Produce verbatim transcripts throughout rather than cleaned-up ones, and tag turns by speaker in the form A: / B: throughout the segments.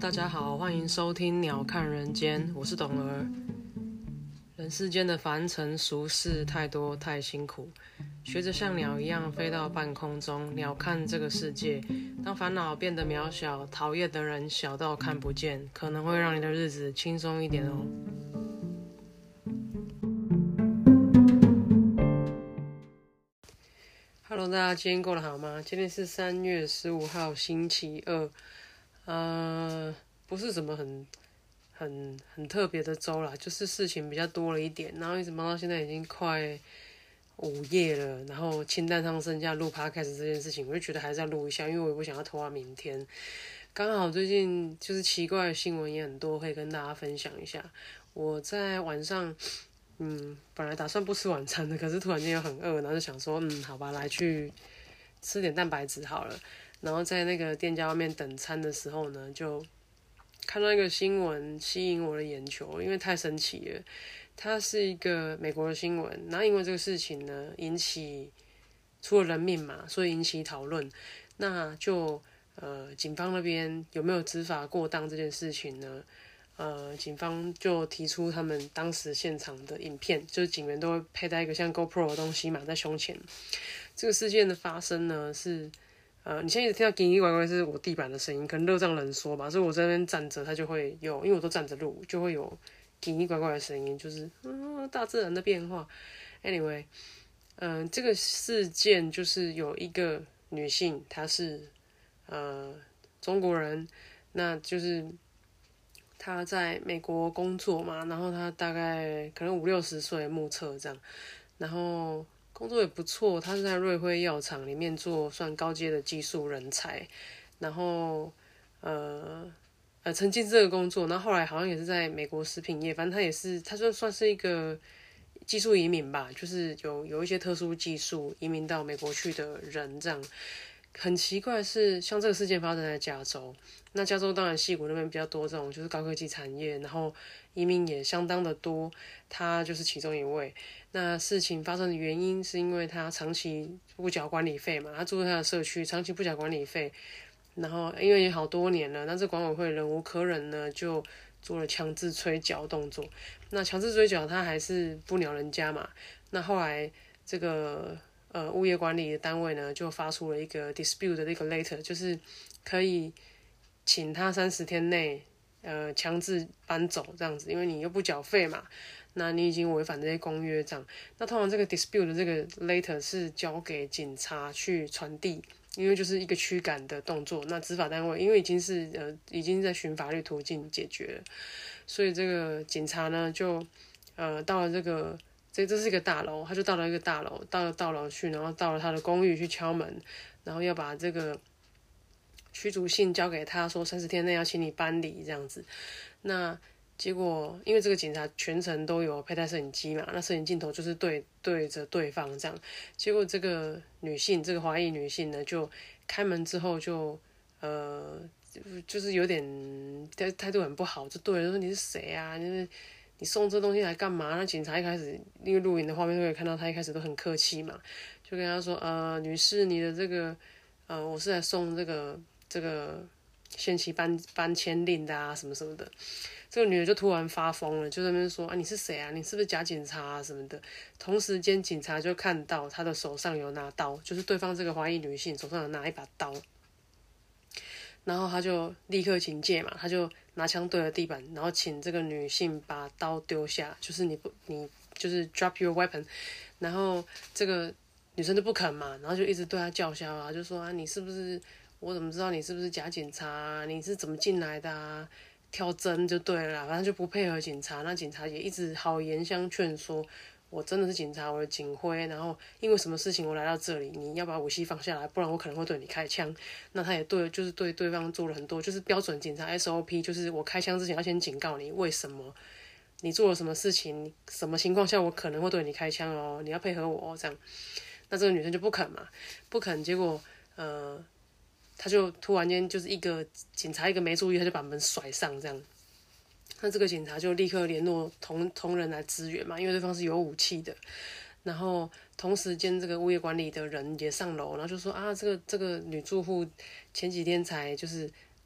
A: 大家好，欢迎收听鸟看人间，我是董儿。人世间的凡尘俗事太多太辛苦，学着像鸟一样飞到半空中，鸟看这个世界。当烦恼变得渺小，讨厌的人小到看不见，可能会让你的日子轻松一点哦。Hello， 大家今天过得好吗？今天是三月十五号，星期二。呃，不是什么很很很特别的周啦，就是事情比较多了一点，然后一直忙到现在已经快午夜了，然后清单上剩下录 podcast 这件事情，我就觉得还是要录一下，因为我也不想要拖到明天。刚好最近就是奇怪的新闻也很多，可以跟大家分享一下。我在晚上，嗯，本来打算不吃晚餐的，可是突然间又很饿，然后就想说，嗯，好吧，来去吃点蛋白质好了。然后在那个店家外面等餐的时候呢，就看到一个新闻吸引我的眼球，因为太神奇了。它是一个美国的新闻，然后因为这个事情呢，引起出了人命嘛，所以引起讨论。那就呃，警方那边有没有执法过当这件事情呢？呃，警方就提出他们当时现场的影片，就是警员都会佩戴一个像 GoPro 的东西嘛，在胸前。这个事件的发生呢是。呃，你现在一直听到叽叽呱呱是我地板的声音，可能热胀冷缩吧，所以我在那边站着，它就会有，因为我都站着录，就会有叽叽呱呱的声音，就是嗯，大自然的变化。Anyway， 嗯、呃，这个事件就是有一个女性，她是呃中国人，那就是她在美国工作嘛，然后她大概可能五六十岁，目测这样，然后。工作也不错，他是在瑞辉药厂里面做算高阶的技术人才，然后呃呃曾经这个工作，然后后来好像也是在美国食品业，反正他也是他算算是一个技术移民吧，就是有有一些特殊技术移民到美国去的人这样。很奇怪的是，像这个事件发生在加州，那加州当然矽谷那边比较多这种就是高科技产业，然后移民也相当的多，他就是其中一位。那事情发生的原因是因为他长期不缴管理费嘛，他住在他的社区，长期不缴管理费，然后因为也好多年了，那这管委会忍无可忍呢，就做了强制催缴动作。那强制催缴他还是不鸟人家嘛，那后来这个呃物业管理的单位呢，就发出了一个 dispute 的一个 letter， 就是可以请他三十天内呃强制搬走这样子，因为你又不缴费嘛。那你已经违反这些公约，这样。那通常这个 dispute 的这个 letter 是交给警察去传递，因为就是一个驱赶的动作。那执法单位因为已经是呃已经在寻法律途径解决了，所以这个警察呢就呃到了这个这这是一个大楼，他就到了一个大楼，到了大楼去，然后到了他的公寓去敲门，然后要把这个驱逐信交给他，说三十天内要请你搬离这样子。那结果，因为这个警察全程都有佩戴摄影机嘛，那摄影镜头就是对对着对方这样。结果这个女性，这个华裔女性呢，就开门之后就呃，就是有点态度很不好，就对了，说你是谁啊？就是你送这东西来干嘛？那警察一开始因为录影的画面都可以看到，他一开始都很客气嘛，就跟他说呃，女士，你的这个呃，我是来送这个这个限期搬搬迁令的啊，什么什么的。这个女的就突然发疯了，就在那边说：“啊，你是谁啊？你是不是假警察啊？什么的？”同时间，警察就看到她的手上有拿刀，就是对方这个华裔女性手上有拿一把刀，然后他就立刻警戒嘛，他就拿枪对着地板，然后请这个女性把刀丢下，就是你不你就是 drop your weapon， 然后这个女生就不肯嘛，然后就一直对她叫嚣啊，就说啊你是不是我怎么知道你是不是假警察啊？你是怎么进来的啊？跳针就对了啦，反正就不配合警察。那警察也一直好言相劝说，我真的是警察，我的警徽，然后因为什么事情我来到这里，你要把武器放下来，不然我可能会对你开枪。那他也对，就是对对方做了很多，就是标准警察 S O P， 就是我开枪之前要先警告你为什么，你做了什么事情，什么情况下我可能会对你开枪哦，你要配合我哦，这样。那这个女生就不肯嘛，不肯，结果呃。他就突然间就是一个警察一个没注意，他就把门甩上这样。那这个警察就立刻联络同同仁来支援嘛，因为对方是有武器的。然后同时间这个物业管理的人也上楼，然后就说啊，这个这个女住户前几天才就是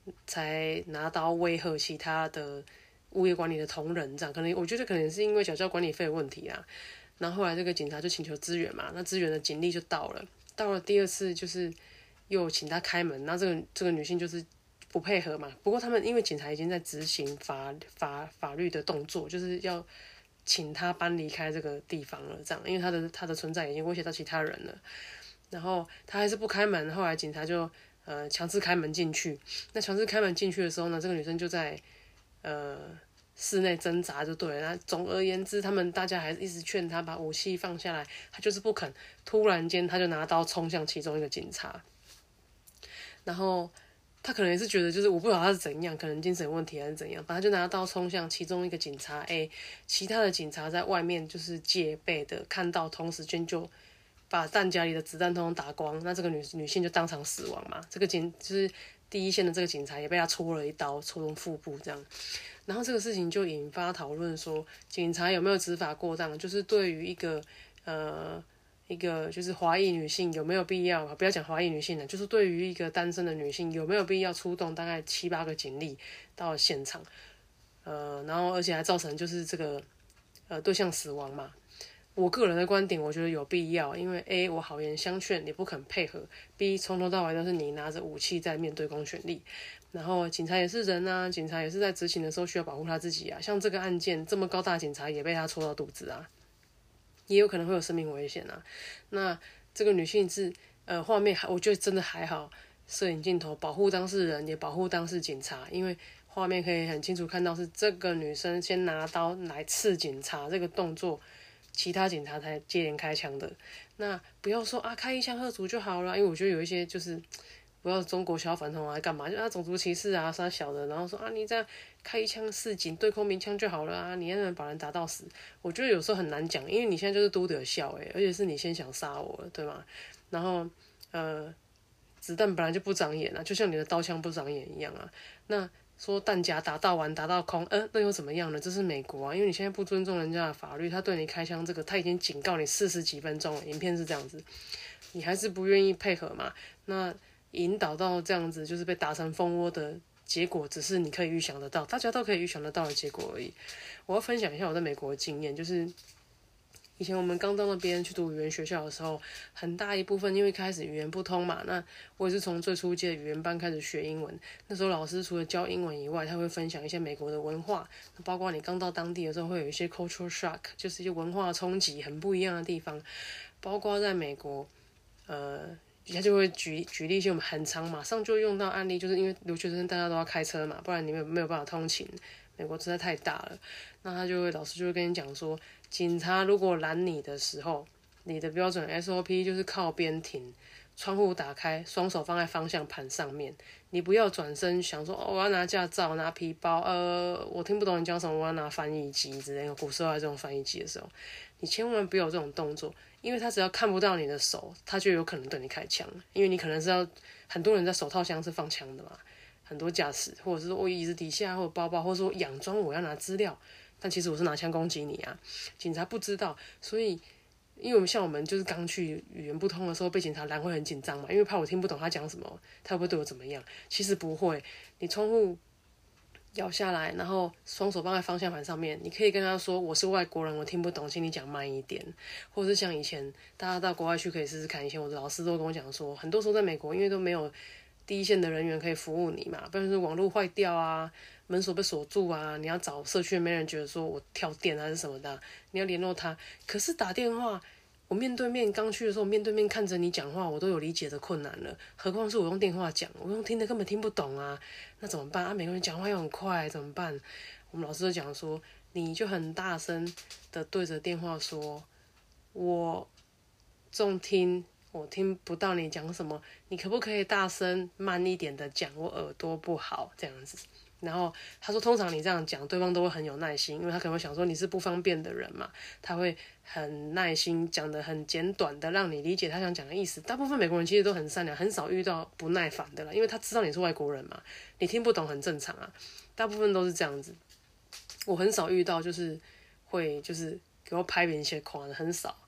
A: 才拿刀威吓其他的物业管理的同仁，这样可能我觉得可能是因为缴交管理费的问题啊。然后后来这个警察就请求支援嘛，那支援的警力就到了，到了第二次就是又请他开门，那这个这个女性就是不配合嘛。不过他们因为警察已经在执行法法法律的动作，就是要请他搬离开这个地方了，这样，因为他的他的存在已经威胁到其他人了。然后他还是不开门，后来警察就呃强制开门进去。那强制开门进去的时候呢，这个女生就在呃室内挣扎就对了。那总而言之，他们大家还是一直劝他把武器放下来，他就是不肯。突然间，他就拿刀冲向其中一个警察，然后他可能也是觉得，就是我不知道他是怎样，可能精神问题还是怎样，反正就拿刀冲向其中一个警察 A， 其他的警察在外面就是戒备的看到，同时间就把弹夹里的子弹通通打光，那这个女女性就当场死亡嘛。这个警就是第一线的这个警察也被他戳了一刀，戳中腹部这样。然后这个事情就引发讨论说，警察有没有执法过当？就是对于一个呃一个就是华裔女性有没有必要？不要讲华裔女性了，就是对于一个单身的女性有没有必要出动大概七八个警力到现场？呃，然后而且还造成就是这个呃对象死亡嘛。我个人的观点，我觉得有必要，因为 A 我好言相劝，你不肯配合 ；B 从头到尾都是你拿着武器在面对公权力。然后警察也是人啊，警察也是在执勤的时候需要保护他自己啊。像这个案件，这么高大警察也被他戳到肚子啊，也有可能会有生命危险啊。那这个女性是呃画面，我觉得真的还好，摄影镜头保护当事人，也保护当事警察，因为画面可以很清楚看到是这个女生先拿刀来刺警察这个动作。其他警察才接连开枪的。那不要说啊，开一枪喝阻就好了，因为我觉得有一些就是不要中国小反同啊，干嘛就啊种族歧视啊，杀小的，然后说啊你这样开一枪示警对空鸣枪就好了啊，你还能把人打到死？我觉得有时候很难讲，因为你现在就是都得笑诶、欸，而且是你先想杀我了，对吗？然后呃，子弹本来就不长眼啊，就像你的刀枪不长眼一样啊。那说弹夹打到完打到空，呃，那又怎么样呢？这是美国啊，因为你现在不尊重人家的法律，他对你开枪，这个他已经警告你四十几分钟了，影片是这样子，你还是不愿意配合嘛？那引导到这样子，就是被打成蜂窝的结果，只是你可以预想得到，大家都可以预想得到的结果而已。我要分享一下我在美国的经验，就是以前我们刚到那边去读语言学校的时候，很大一部分因为开始语言不通嘛，那我也是从最初阶的语言班开始学英文。那时候老师除了教英文以外，他会分享一些美国的文化，包括你刚到当地的时候会有一些 cultural shock， 就是一些文化冲击，很不一样的地方。包括在美国，呃，他就会举举例一些我们很常马上就用到案例，就是因为留学生大家都要开车嘛，不然你们没有办法通勤。美国实在太大了，那他就会老师就会跟你讲说，警察如果拦你的时候，你的标准 S O P 就是靠边停，窗户打开，双手放在方向盘上面，你不要转身想说、哦、我要拿驾照拿皮包，呃，我听不懂你讲什么，我要拿翻译机之类的。古时候还有这种翻译机的时候，你千万不要有这种动作，因为他只要看不到你的手，他就有可能对你开枪，因为你可能是要很多人在手套箱是放枪的嘛。很多驾驶，或者是说我椅子底下，或者包包，或者说佯装我要拿资料，但其实我是拿枪攻击你啊！警察不知道，所以因为我们像我们就是刚去语言不通的时候，被警察拦会很紧张嘛，因为怕我听不懂他讲什么，他会不会对我怎么样？其实不会，你窗户摇下来，然后双手放在方向盘上面，你可以跟他说我是外国人，我听不懂，请你讲慢一点，或者是像以前大家到国外去可以试试看，以前我的老师都跟我讲说，很多时候在美国因为都没有第一线的人员可以服务你嘛，不然就是网络坏掉啊，门锁被锁住啊，你要找社区没人觉得说我跳电还是什么的，你要联络他。可是打电话，我面对面刚去的时候，面对面看着你讲话，我都有理解的困难了，何况是我用电话讲，我用听的根本听不懂啊，那怎么办啊？每个人讲话又很快，怎么办？我们老师就讲说，你就很大声的对着电话说，我重听。我听不到你讲什么，你可不可以大声慢一点的讲？我耳朵不好这样子。然后他说，通常你这样讲，对方都会很有耐心，因为他可能会想说你是不方便的人嘛，他会很耐心讲得很简短的，让你理解他想讲的意思。大部分美国人其实都很善良，很少遇到不耐烦的啦，因为他知道你是外国人嘛，你听不懂很正常啊，大部分都是这样子。我很少遇到就是会就是给我拍扁一些款的，很少。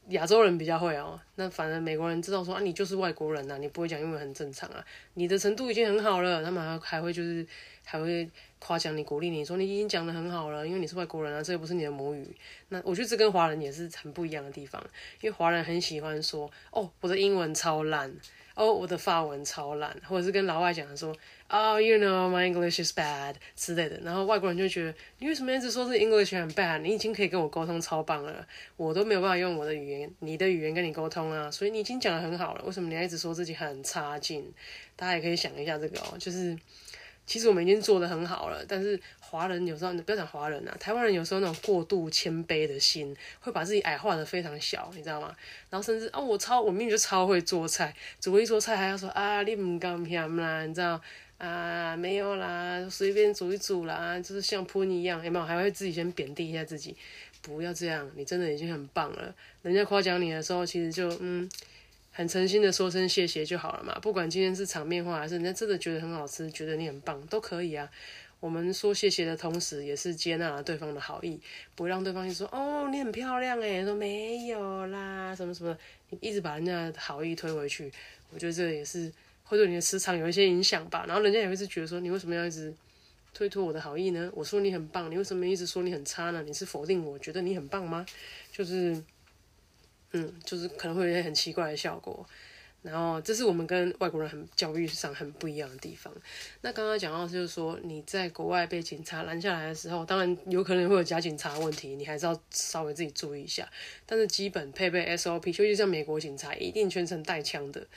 A: 亚洲人比较会哦，那反正美国人知道说啊，你就是外国人啊，你不会讲英文很正常啊，你的程度已经很好了，他们还还会就是还会夸奖你、鼓励你说你已经讲得很好了，因为你是外国人啊，这又不是你的母语。那我觉得这跟华人也是很不一样的地方，因为华人很喜欢说哦，我的英文超烂，哦，我的法文超烂，或者是跟老外讲说，Oh, you know, my English is bad 之类的，然后外国人就觉得你为什么一直说是 English 很 bad？ 你已经可以跟我沟通超棒了，我都没有办法用我的语言、你的语言跟你沟通啊，所以你已经讲得很好了，为什么你还一直说自己很差劲？大家也可以想一下这个哦，就是其实我们已经做得很好了，但是华人有时候不要讲华人啊，台湾人有时候那种过度谦卑的心，会把自己矮化得非常小，你知道吗？然后甚至哦，我超我明明就超会做菜，煮了一桌菜还要说啊，你唔甘嫌啦，你知道啊，没有啦，随便煮一煮啦，就是像喷一样，有没有？还会自己先贬低一下自己，不要这样，你真的已经很棒了。人家夸奖你的时候，其实就嗯。很诚心的说声谢谢就好了嘛，不管今天是场面话还是人家真的觉得很好吃，觉得你很棒都可以啊。我们说谢谢的同时，也是接纳了对方的好意，不会让对方就说哦你很漂亮哎，说没有啦什么什么，你一直把人家的好意推回去，我觉得这也是会对你的磁场有一些影响吧。然后人家也会是觉得说你为什么要一直推脱我的好意呢？我说你很棒，你为什么一直说你很差呢？你是否定我觉得你很棒吗？就是。嗯，就是可能会有一些很奇怪的效果，然后这是我们跟外国人很教育上很不一样的地方。那刚刚讲到就是说你在国外被警察拦下来的时候，当然有可能会有假警察的问题，你还是要稍微自己注意一下。但是基本配备 S O P， 尤其像美国警察一定全程带枪的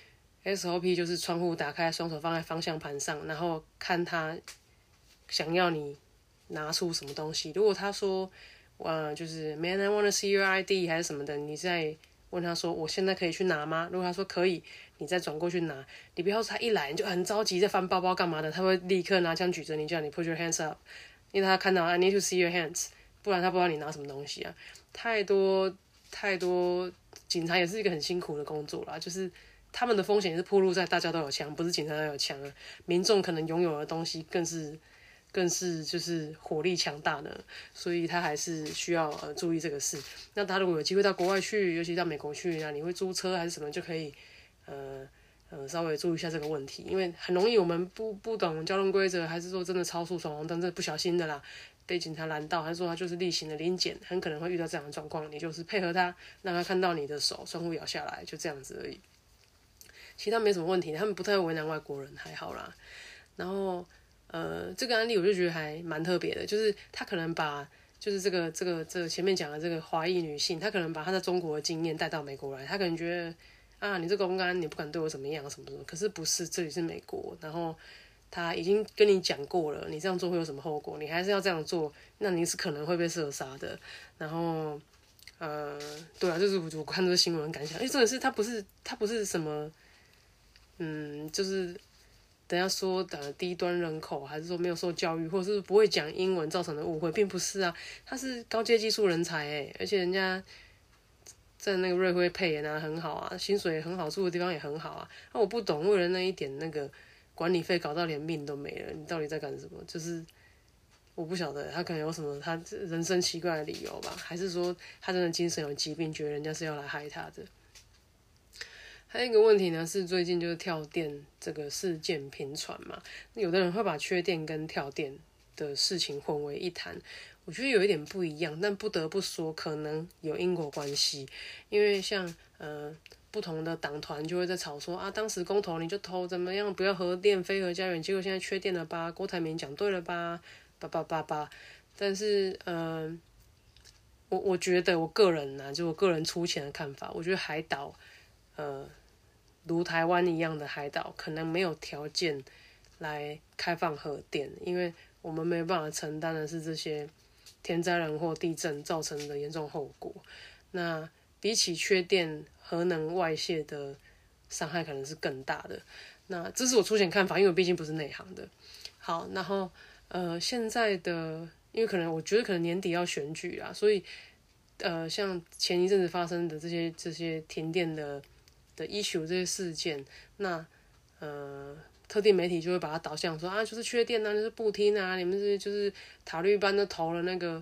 A: S O P， 就是窗户打开，双手放在方向盘上，然后看他想要你拿出什么东西。如果他说呃，就是 Man, I want to see your I D 还是什么的，你再问他说我现在可以去拿吗？如果他说可以，你再转过去拿。你不要说他一来你就很着急在翻包包干嘛的，他会立刻拿枪举着你，叫你 put your hands up， 因为他看到 I need to see your hands， 不然他不知道你拿什么东西啊。太多太多，警察也是一个很辛苦的工作啦，就是他们的风险也是暴露在大家都有枪，不是警察都有枪啊，民众可能拥有的东西更是。更是就是火力强大的，所以他还是需要呃注意这个事。那他如果有机会到国外去，尤其到美国去啊，你会租车还是什么，就可以呃呃稍微注意一下这个问题，因为很容易我们不不懂交通规则，还是说真的超速闯红灯，真的不小心的啦，被警察拦到，还是说他就是例行的临检，很可能会遇到这样的状况，你就是配合他，让他看到你的手，窗户摇下来，就这样子而已。其他没什么问题，他们不太为难外国人，还好啦。然后。呃，这个案例我就觉得还蛮特别的，就是他可能把就是这个这个这个前面讲的这个华裔女性，她可能把她在中国的经验带到美国来，她可能觉得啊，你这个公安你不敢对我怎么样什么什么，可是不是，这里是美国，然后他已经跟你讲过了，你这样做会有什么后果，你还是要这样做，那你是可能会被射杀的。然后呃，对啊，就是我看这个新闻感想，因为真的是他不是他不是什么，嗯，就是。等下说的低端人口，还是说没有受教育，或者是不会讲英文造成的误会，并不是啊，他是高阶技术人才诶，而且人家在那个瑞辉配也拿得很好啊，薪水也很好，住的地方也很好啊。那、啊、我不懂，为了那一点那个管理费搞到连命都没了，你到底在干什么？就是我不晓得他可能有什么他人生奇怪的理由吧，还是说他真的精神有疾病，觉得人家是要来害他的？还有一个问题呢，是最近就是跳电这个事件频传嘛，有的人会把缺电跟跳电的事情混为一谈，我觉得有一点不一样，但不得不说可能有因果关系，因为像呃不同的党团就会在吵说啊，当时公投你就投怎么样，不要核电非核家园，结果现在缺电了吧，郭台铭讲对了吧，叭叭叭叭，但是呃我我觉得我个人啊，就我个人粗浅的看法，我觉得海岛呃。如台湾一样的海岛，可能没有条件来开放核电，因为我们没有办法承担的是这些天灾人祸、地震造成的严重后果。那比起缺电，核能外泄的伤害可能是更大的。那这是我粗浅看法，因为我毕竟不是内行的。好，然后呃，现在的因为可能我觉得可能年底要选举啊，所以呃，像前一阵子发生的这些这些停电的。的 issue 这些事件，那呃特定媒体就会把它导向说啊，就是缺电啊，就是不听啊，你们是就是塔绿班都投了那个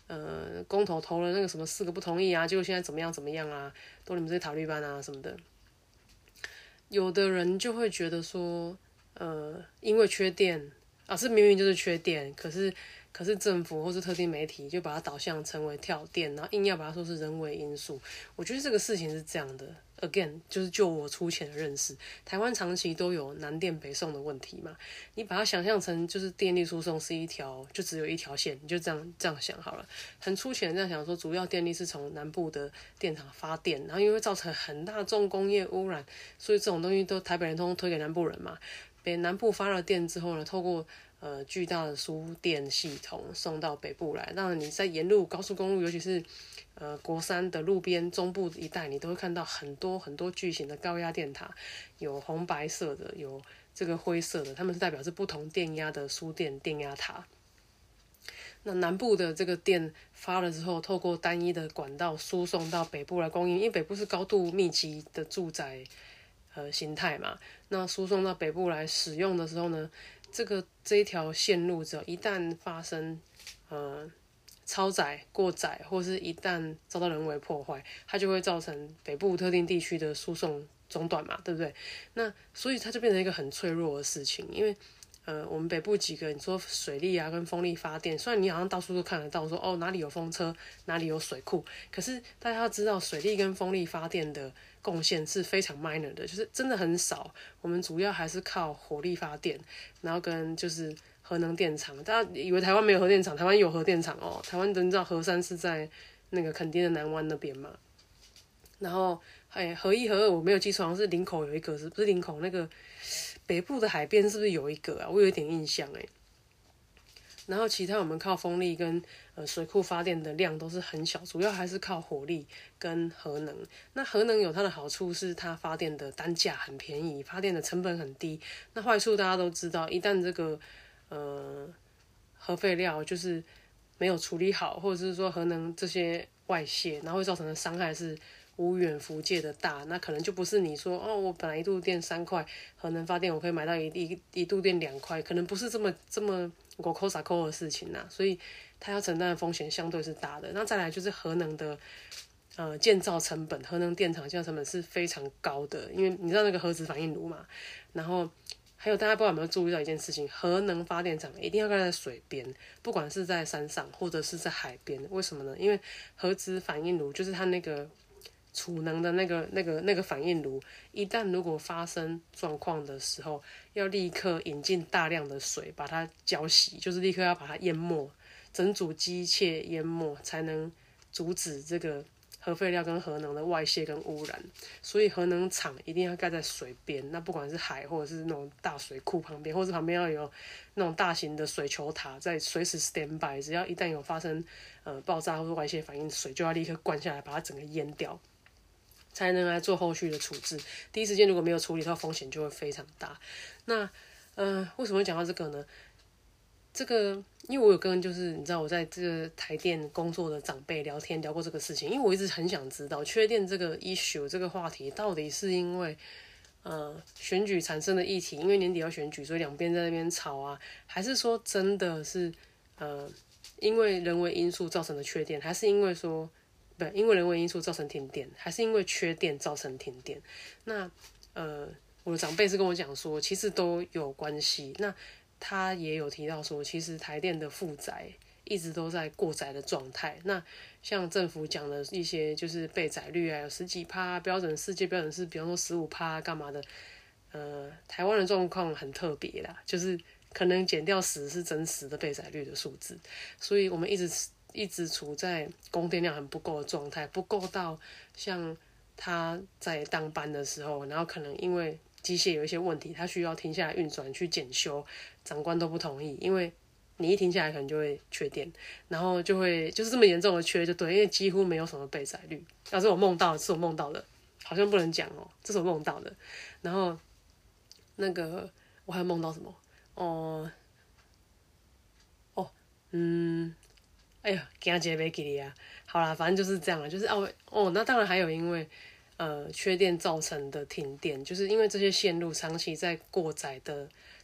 A: 呃公投投了那个什么四个不同意啊，结果现在怎么样怎么样啊，都你们这些塔利班啊什么的。有的人就会觉得说，呃，因为缺电啊，是明明就是缺电，可是可是政府或是特定媒体就把它导向成为跳电，然后硬要把它说是人为因素。我觉得这个事情是这样的 ，again， 就是就我粗浅的认识，台湾长期都有南电北送的问题嘛，你把它想象成就是电力输送是一条，就只有一条线，你就这样这样想好了，很粗浅的这样想说，主要电力是从南部的电厂发电，然后因为会造成很大重工业污染，所以这种东西都台北人通通推给南部人嘛，北南部发了电之后呢，透过呃，巨大的输电系统送到北部来，让你在沿路高速公路，尤其是呃国三的路边中部一带，你都会看到很多很多巨型的高压电塔，有红白色的，有这个灰色的，它们是代表是不同电压的输电电压塔。那南部的这个电发了之后，透过单一的管道输送到北部来供应，因为北部是高度密集的住宅呃形态嘛，那输送到北部来使用的时候呢？这个这一条线路，只要一旦发生呃超载、过载，或是一旦遭到人为破坏，它就会造成北部特定地区的输送中断嘛，对不对？那所以它就变成一个很脆弱的事情，因为呃我们北部几个你说水力啊跟风力发电，虽然你好像到处都看得到说哦哪里有风车，哪里有水库，可是大家要知道水力跟风力发电的贡献是非常 minor 的，就是真的很少。我们主要还是靠火力发电，然后跟就是核能电厂。大家以为台湾没有核电厂，台湾有核电厂哦。台湾你知道核三是在那个垦丁的南湾那边嘛？然后哎，核一、核二我没有记错，好像是林口有一个，是不是林口那个北部的海边是不是有一个啊？我有一点印象哎。然后其他我们靠风力跟呃水库发电的量都是很小，主要还是靠火力跟核能。那核能有它的好处是它发电的单价很便宜，发电的成本很低。那坏处大家都知道，一旦这个呃核废料就是没有处理好，或者是说核能这些外泄，然后会造成的伤害是无远弗届的大，那可能就不是你说哦，我本来一度电三块，核能发电我可以买到一一一度电两块，可能不是这么这么我抠撒抠的事情呐，所以它要承担的风险相对是大的。那再来就是核能的呃建造成本，核能电厂建造成本是非常高的，因为你知道那个核子反应炉嘛，然后还有大家不知道有没有注意到一件事情，核能发电厂一定要盖在水边，不管是在山上或者是在海边，为什么呢？因为核子反应炉就是它那个储能的那个、那个、那个反应炉，一旦如果发生状况的时候，要立刻引进大量的水把它浇熄，就是立刻要把它淹没，整组机械淹没，才能阻止这个核废料跟核能的外泄跟污染。所以核能厂一定要盖在水边，那不管是海或者是那种大水库旁边，或者旁边要有那种大型的水球塔在随时 stand by， 只要一旦有发生呃爆炸或者外泄反应，水就要立刻灌下来，把它整个淹掉。才能来做后续的处置。第一时间如果没有处理的话，风险就会非常大。那呃，为什么会讲到这个呢？这个因为我有跟就是你知道我在这个台电工作的长辈聊天聊过这个事情，因为我一直很想知道缺电这个 issue 这个话题到底是因为呃选举产生的议题，因为年底要选举，所以两边在那边吵啊，还是说真的是呃因为人为因素造成的缺电，还是因为说不，因为人为因素造成停电，还是因为缺电造成停电？那呃，我的长辈是跟我讲说，其实都有关系。那他也有提到说，其实台电的负载一直都在过载的状态。那像政府讲的一些就是备载率啊，有十几趴，标准世界标准是比方说十五趴干嘛的。呃，台湾的状况很特别啦，就是可能减掉十是真实的备载率的数字，所以我们一直。一直处在供电量很不够的状态，不够到像他在当班的时候，然后可能因为机械有一些问题，他需要停下来运转去检修，长官都不同意，因为你一停下来可能就会缺电，然后就会就是这么严重的缺就对，因为几乎没有什么备载率。要是我梦到的，是我梦到的，好像不能讲哦，这是我梦到的。然后那个我还有梦到什么？哦哦，嗯。哎呀，惊一个没记哩啊！好啦，反正就是这样了，就是哦哦，那当然还有因为呃缺电造成的停电，就是因为这些线路长期在过载的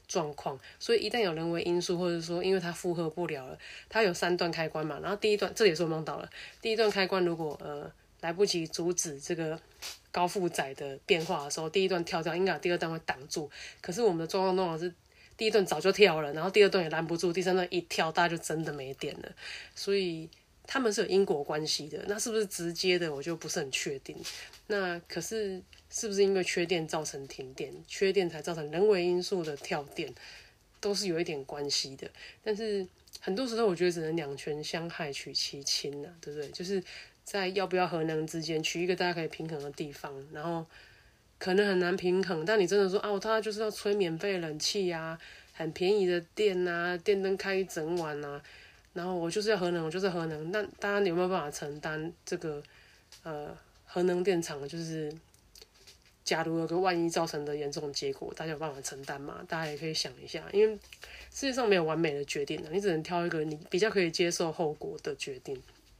A: 状况，所以一旦有人为因素，或者说因为它负荷不了了，它有三段开关嘛，然后第一段这也是我梦到了，第一段开关如果呃来不及阻止这个高负载的变化的时候，第一段跳掉，应该有第二段会挡住。可是我们的状况通常是第一段早就跳了，然后第二段也拦不住，第三段一跳，大家就真的没电了。所以他们是有因果关系的，那是不是直接的，我就不是很确定。那可是是不是因为缺电造成停电，缺电才造成人为因素的跳电，都是有一点关系的。但是很多时候我觉得只能两全相害取其轻啊，对不对？就是在要不要核能之间取一个大家可以平衡的地方，然后可能很难平衡，但你真的说哦，他就是要吹免费冷气啊，很便宜的电啊，电灯开一整晚啊，然后我就是要核能，我就是要核能，那大家有没有办法承担这个呃核能电厂就是假如有个万一造成的严重结果，大家有办法承担吗？大家也可以想一下，因为世界上没有完美的决定的，你只能挑一个你比较可以接受后果的决定。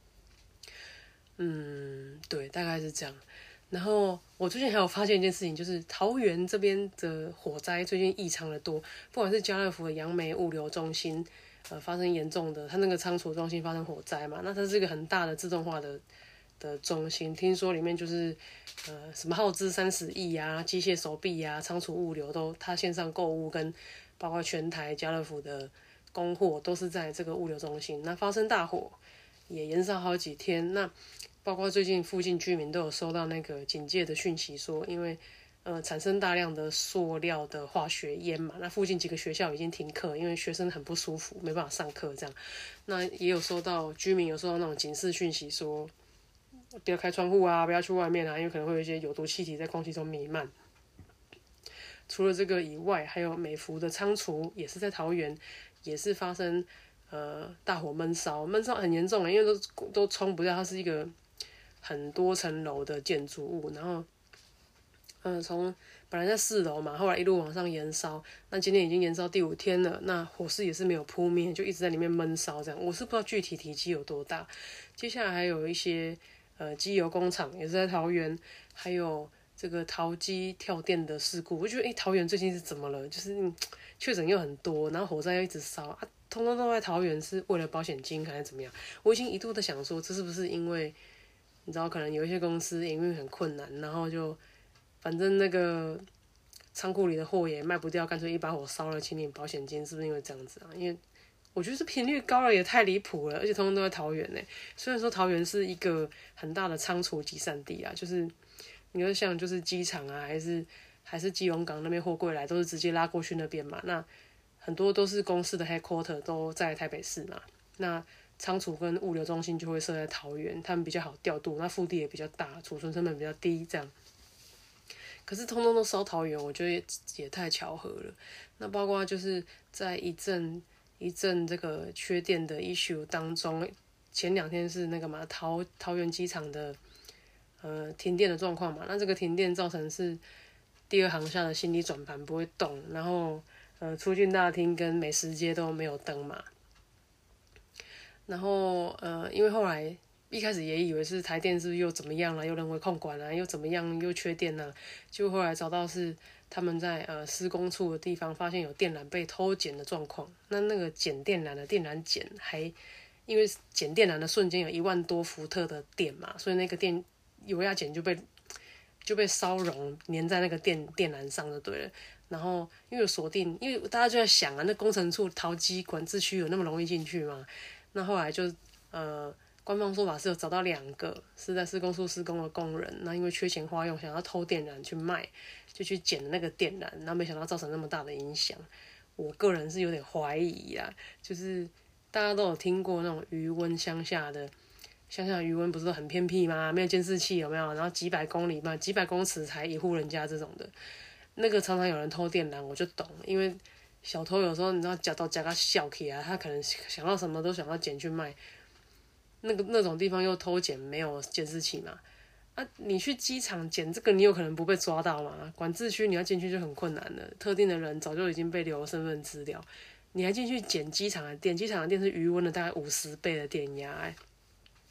A: 嗯，对，大概是这样。然后我最近还有发现一件事情，就是桃园这边的火灾最近异常的多，不管是家乐福的杨梅物流中心，呃，发生严重的，它那个仓储中心发生火灾嘛，那它是一个很大的自动化的的中心，听说里面就是呃什么耗资三十亿啊，机械手臂啊，仓储物流都，它线上购物跟包括全台家乐福的供货都是在这个物流中心，那发生大火也延烧好几天，那包括最近附近居民都有收到那个警戒的讯息说，因为呃产生大量的塑料的化学烟嘛，那附近几个学校已经停课，因为学生很不舒服，没办法上课这样。那也有收到居民有收到那种警示讯息说，不要开窗户啊，不要去外面啊，因为可能会有一些有毒气体在空气中弥漫。除了这个以外，还有美孚的仓储也是在桃园，也是发生呃大火闷烧，闷烧很严重，因为都都冲不掉，它是一个很多层楼的建筑物，然后嗯从本来在四楼嘛，后来一路往上延烧，那今天已经延烧第五天了，那火势也是没有扑灭，就一直在里面闷烧这样。我是不知道具体体积有多大。接下来还有一些呃机油工厂也是在桃园，还有这个桃机跳电的事故，我觉得诶，桃园最近是怎么了？就是确诊又很多，然后火灾又一直烧啊，通通都在桃园，是为了保险金还是怎么样？我已经一度的想说，这是不是因为你知道，可能有一些公司营运很困难，然后就反正那个仓库里的货也卖不掉，干脆一把火烧了，请领保险金，是不是因为这样子啊？因为我觉得这频率高了也太离谱了，而且通通都在桃园呢。虽然说桃园是一个很大的仓储集散地啊，就是你说像就是机场啊，还是还是基隆港那边货柜来，都是直接拉过去那边嘛。那很多都是公司的 headquarter 都在台北市嘛。那仓储跟物流中心就会设在桃园，他们比较好调度，那腹地也比较大，储存成本比较低，这样。可是通通都烧桃园，我觉得 也, 也太巧合了。那包括就是在一阵一阵这个缺电的 issue 当中，前两天是那个嘛桃桃园机场的呃停电的状况嘛，那这个停电造成是第二航厦的行李转盘不会动，然后呃出境大厅跟美食街都没有灯嘛。然后呃，因为后来一开始也以为是台电是不是又怎么样了，又人为控管啊，又怎么样，又缺电啊，就后来找到是他们在呃施工处的地方发现有电缆被偷剪的状况。那那个剪电缆的电缆剪还因为剪电缆的瞬间有一万多伏特的电嘛，所以那个电油压剪就被就被烧融粘在那个电电缆上就对了。然后因为有锁定，因为大家就在想啊，那工程处桃机管制区有那么容易进去吗？那后来就呃，官方说法是有找到两个是在施工处施工的工人，那因为缺钱花用，想要偷电缆去卖，就去捡那个电缆，然后没想到造成那么大的影响。我个人是有点怀疑啊，就是大家都有听过那种余温乡下的，乡下的余温不是都很偏僻吗？没有监视器有没有？然后几百公里嘛，几百公尺才一户人家这种的，那个常常有人偷电缆，我就懂，因为小偷有时候你知道夹到夹到笑起啊，他可能想到什么都想要捡去卖，那个那种地方又偷捡，没有监视器嘛，啊，你去机场捡这个，你有可能不被抓到嘛？管制区你要进去就很困难了，特定的人早就已经被留身份资料，你还进去捡机场的电，机场的电是余温的大概五十倍的电压、欸，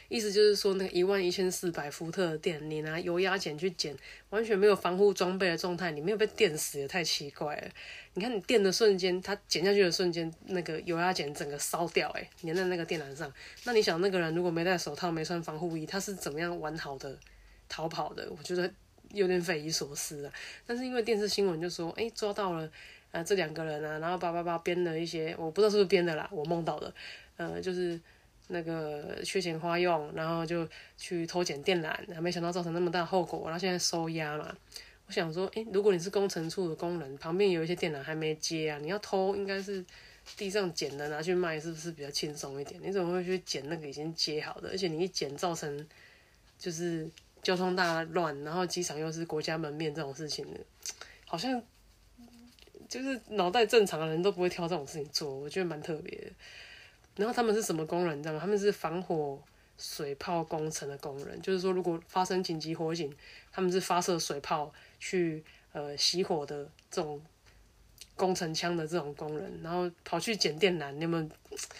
A: 意思就是说，那个一万一千四百伏特的电，你拿油压剪去剪，完全没有防护装备的状态，你没有被电死也太奇怪了。你看你电的瞬间，它剪下去的瞬间，那个油压剪整个烧掉、欸，哎，粘在那个电缆上。那你想，那个人如果没戴手套、没穿防护衣，他是怎么样完好的逃跑的？我觉得有点匪夷所思啊。但是因为电视新闻就说，哎、欸，抓到了。啊，这两个人啊，然后叭叭叭编了一些，我不知道是不是编的啦，我梦到的，呃，就是那个缺钱花用，然后就去偷剪电缆，没想到造成那么大后果，然后现在收押嘛。我想说，诶，如果你是工程处的工人，旁边有一些电缆还没接啊，你要偷应该是地上捡的拿去卖，是不是比较轻松一点？你怎么会去捡那个已经接好的？而且你一捡造成就是交通大乱，然后机场又是国家门面这种事情的，好像。就是脑袋正常的人都不会挑这种事情做，我觉得蛮特别的。然后他们是什么工人，你知道吗？他们是防火水炮工程的工人，就是说如果发生紧急火警，他们是发射水炮去呃熄火的这种工程枪的这种工人，然后跑去捡电缆，你们，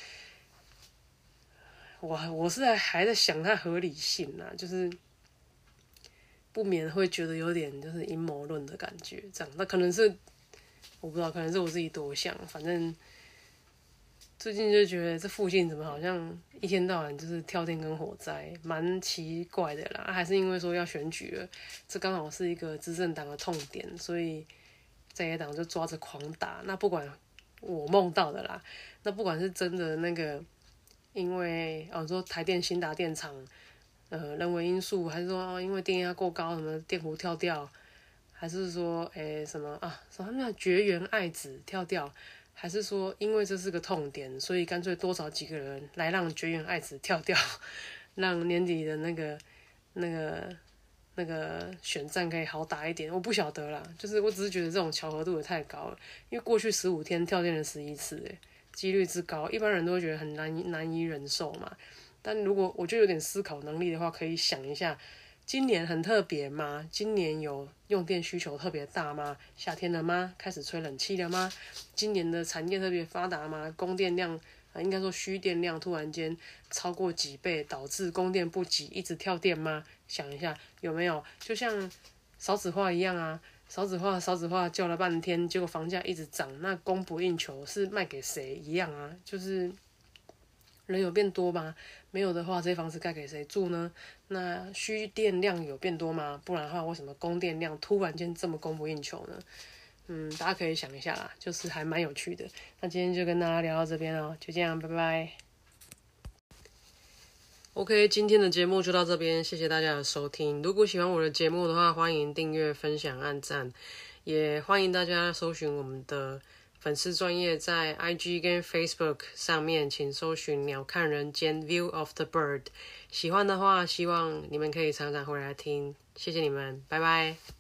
A: 我我是在还在想它合理性啊，就是不免会觉得有点就是阴谋论的感觉，这样，那可能是。我不知道，可能是我自己多想，反正最近就觉得这附近怎么好像一天到晚就是跳电跟火灾，蛮奇怪的啦。还是因为说要选举了，这刚好是一个执政党的痛点，所以在野党就抓着狂打。那不管我梦到的啦，那不管是真的那个，因为哦说台电新达电厂，呃人为因素，还是说、哦、因为电压过高，什么电弧跳掉。还是说，诶、欸、什么啊？什么那绝缘爱子跳掉？还是说，因为这是个痛点，所以干脆多找几个人来让绝缘爱子跳掉，让年底的那个、那个、那个选战可以好打一点？我不晓得啦，就是我只是觉得这种巧合度也太高了，因为过去十五天跳电了十一次、欸，诶，几率之高，一般人都会觉得很难以难以忍受嘛。但如果我就有点思考能力的话，可以想一下。今年很特别吗？今年有用电需求特别大吗？夏天了吗？开始吹冷气了吗？今年的产业特别发达吗？供电量，呃、应该说需电量突然间超过几倍，导致供电不及，一直跳电吗？想一下有没有？就像少子化一样啊，少子化少子化叫了半天，结果房价一直涨，那供不应求是卖给谁一样啊？就是人有变多吗？没有的话，这些房子该给谁住呢？那需电量有变多吗？不然的话，为什么供电量突然间这么供不应求呢？嗯，大家可以想一下啦，就是还蛮有趣的。那今天就跟大家聊到这边哦，就这样，拜拜。OK， 今天的节目就到这边，谢谢大家的收听。如果喜欢我的节目的话，欢迎订阅、分享、按赞，也欢迎大家搜寻我们的粉丝专页在 I G 跟 Facebook 上面，请搜寻鸟看人间 View of the Bird。喜欢的话，希望你们可以常常回来听，谢谢你们，拜拜。